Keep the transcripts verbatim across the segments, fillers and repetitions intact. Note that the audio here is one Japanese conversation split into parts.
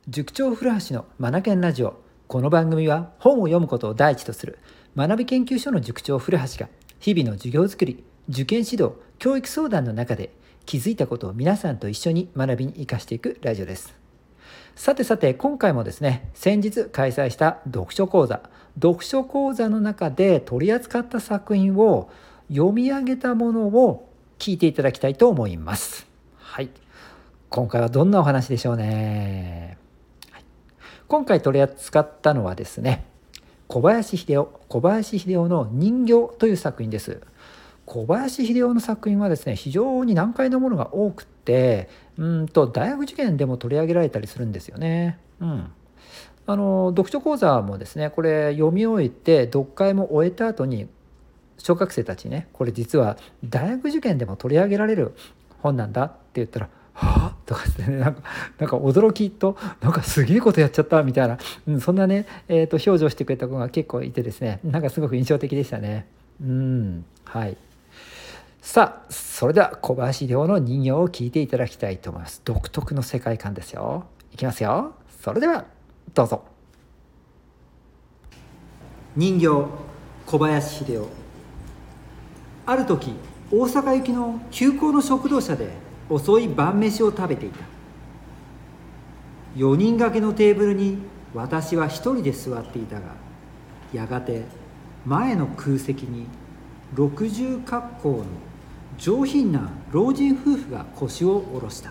塾長古橋のマナケンラジオ。この番組は本を読むことを第一とする学び研究所の塾長古橋が日々の授業づくり、受験指導、教育相談の中で気づいたことを皆さんと一緒に学びに生かしていくラジオです。さてさて、今回もですね、先日開催した読書講座読書講座の中で取り扱った作品を読み上げたものを聞いていただきたいと思います。はい、今回はどんなお話でしょうね。はい、今回取り扱ったのはですね、小林秀夫小林秀夫の人形という作品です。小林秀夫の作品はですね、非常に難解なものが多くて、うんと大学受験でも取り上げられたりするんですよね。うん、あの読書講座もですね、これ読み終えて読解も終えた後に小学生たちにね、これ実は大学受験でも取り上げられる本なんだって言ったら、はぁとかですね、なんかなんか驚きと、なんかすげえことやっちゃったみたいな、うん、そんなね、えー、と表情してくれた子が結構いてですね、なんかすごく印象的でしたね。うん、はい。さあ、それでは小林亮の人形を聞いていただきたいと思います。独特の世界観ですよ。いきますよ。それではどうぞ。人形、小林秀夫。ある時、大阪行きの急行の食堂車で遅い晩飯を食べていた。よにん掛けのテーブルに私は一人で座っていたが、やがて前の空席に六十格好の上品な老人夫婦が腰を下ろした。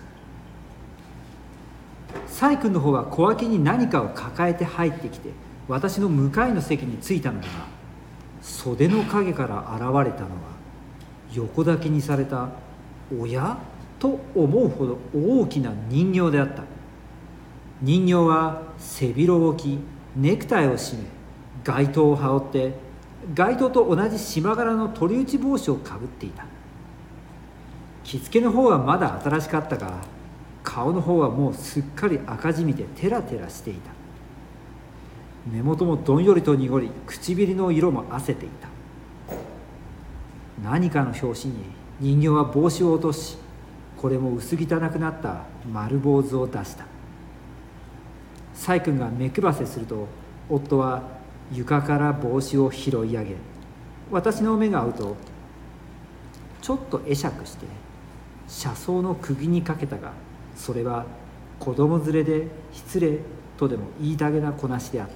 細君の方は小脇に何かを抱えて入ってきて、私の向かいの席に着いたのだが、袖の陰から現れたのは横抱きにされた親と思うほど大きな人形であった。人形は背広を着、ネクタイを締め、街灯を羽織って、街灯と同じ縞柄の鳥打ち帽子をかぶっていた。着付けの方はまだ新しかったが、顔の方はもうすっかり赤じみてテラテラしていた。目元もどんよりと濁り、唇の色も褪せていた。何かの拍子に人形は帽子を落とし、これも薄汚くなった丸坊主を出した。細君が目配せすると、夫は床から帽子を拾い上げ、私の目が合うとちょっと会釈して車窓の釘にかけたが、それは子供連れで失礼とでも言いたげなこなしであった。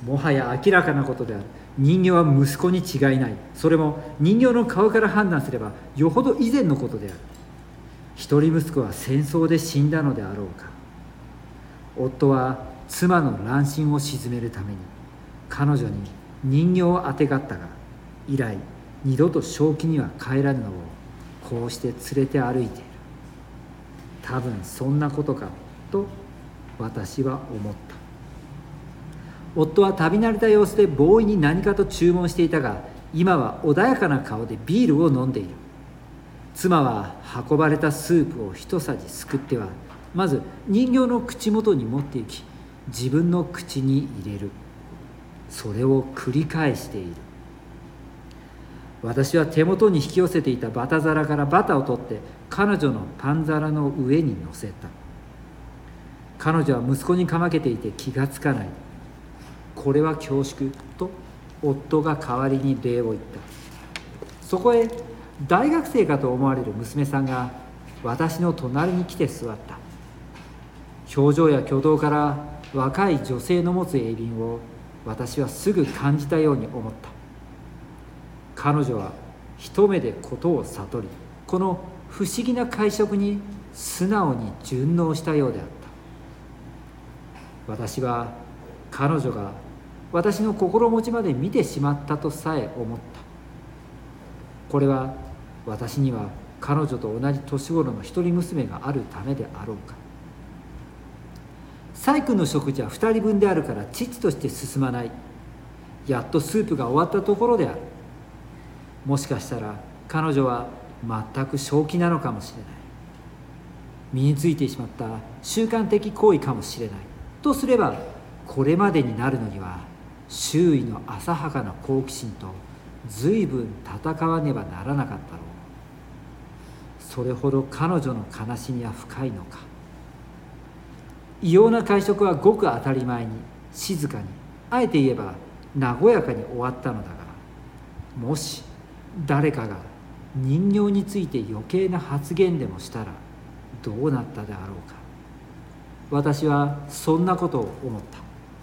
もはや明らかなことである。人形は息子に違いない。それも人形の顔から判断すればよほど以前のことである。一人息子は戦争で死んだのであろうか。夫は妻の乱心を鎮めるために彼女に人形をあてがったが、以来二度と正気には帰らぬのをこうして連れて歩いている。多分そんなことかと私は思った。夫は旅慣れた様子でボーイに何かと注文していたが、今は穏やかな顔でビールを飲んでいる。妻は運ばれたスープを一さじすくっては、まず人形の口元に持って行き、自分の口に入れる。それを繰り返している。私は手元に引き寄せていたバタ皿からバタを取って彼女のパン皿の上に乗せた。彼女は息子にかまけていて気がつかない。これは恐縮と夫が代わりに礼を言った。そこへ大学生かと思われる娘さんが私の隣に来て座った。表情や挙動から若い女性の持つ鋭敏を私はすぐ感じたように思った。彼女は一目でことを悟り、この不思議な会食に素直に順応したようであった。私は彼女が私の心持ちまで見てしまったとさえ思った。これは私には彼女と同じ年頃の一人娘があるためであろうか。細君の食事は二人分であるから父として進まない。やっとスープが終わったところである。もしかしたら彼女は全く正気なのかもしれない。身についてしまった習慣的行為かもしれないとすれば、これまでになるのには周囲の浅はかな好奇心と随分戦わねばならなかったろう。それほど彼女の悲しみは深いのか。 異様な会食はごく当たり前に、静かに、あえて言えば和やかに終わったのだが、もし誰かが人形について余計な発言でもしたらどうなったであろうか。私はそんなことを思った。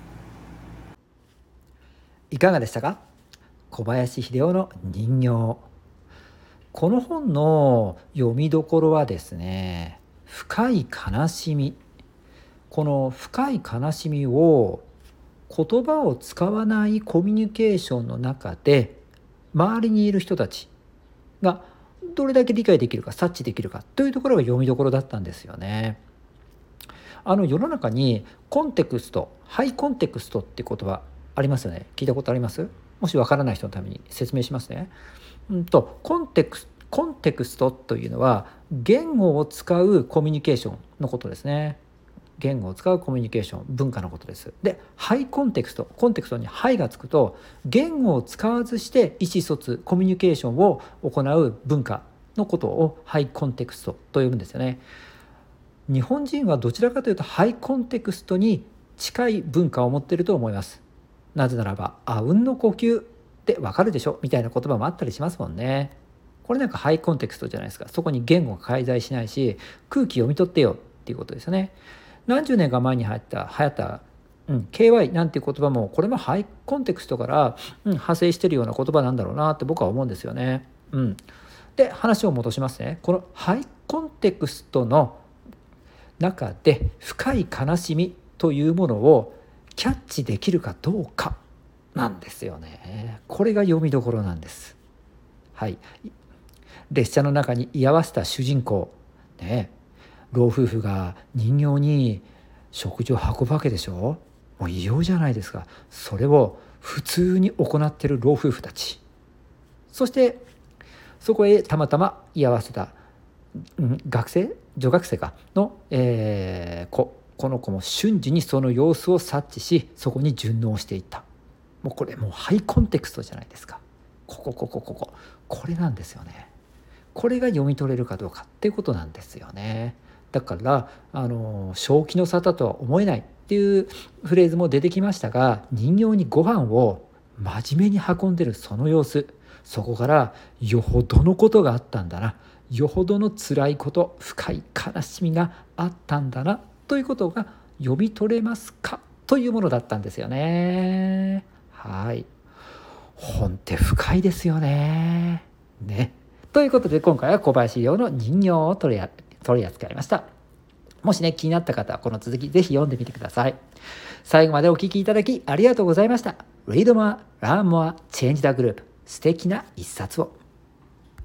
いかがでしたか？小林秀夫の人形。この本の読みどころはですね、深い悲しみ。この深い悲しみを言葉を使わないコミュニケーションの中で周りにいる人たちがどれだけ理解できるか察知できるかというところが読みどころだったんですよね。あの世の中にコンテクスト、ハイコンテクストって言葉ありますよね。聞いたことあります？もしわからない人のために説明しますね。うんとコンテクスコンテクストというのは言語を使うコミュニケーションのことですね。言語を使うコミュニケーション、文化のことです。で、ハイコンテクスト、コンテクストにハイがつくと、言語を使わずして意思疎通、コミュニケーションを行う文化のことをハイコンテクストと呼ぶんですよね。日本人はどちらかというとハイコンテクストに近い文化を持っていると思います。なぜならば、あうんの呼吸ってわかるでしょみたいな言葉もあったりしますもんね。これなんかハイコンテクストじゃないですか。そこに言語が介在しないし、空気読み取ってよっていうことですよね。何十年か前に流行った流行った、うん、ケーワイ なんていう言葉もこれもハイコンテクストから、うん、派生しているような言葉なんだろうなって僕は思うんですよね。うん、で話を戻しますね。このハイコンテクストの中で深い悲しみというものをキャッチできるかどうかなんですよね。これが読みどころなんです。はい、列車の中に居合わせた主人公ね、老夫婦が人形に食事を運ぶわけでしょ。もう異様じゃないですか。それを普通に行っている老夫婦たち、そしてそこへたまたま居合わせた、うん、学生女学生かの、えー、子この子も瞬時にその様子を察知し、そこに順応していった。もうこれもうハイコンテクストじゃないですか。こここここここれなんですよね。これが読み取れるかどうかっていうことなんですよね。だからあの正気の沙汰とは思えないっていうフレーズも出てきましたが、人形にご飯を真面目に運んでるその様子、そこからよほどのことがあったんだな、よほどの辛いこと、深い悲しみがあったんだなということが読み取れますかというものだったんですよね。はい、本って深いですよね。ね。ということで今回は小林洋の人形を取り取り扱いました。もしね気になった方はこの続きぜひ読んでみてください。最後までお聞きいただきありがとうございました。Read more, learn more, change the group。素敵な一冊を。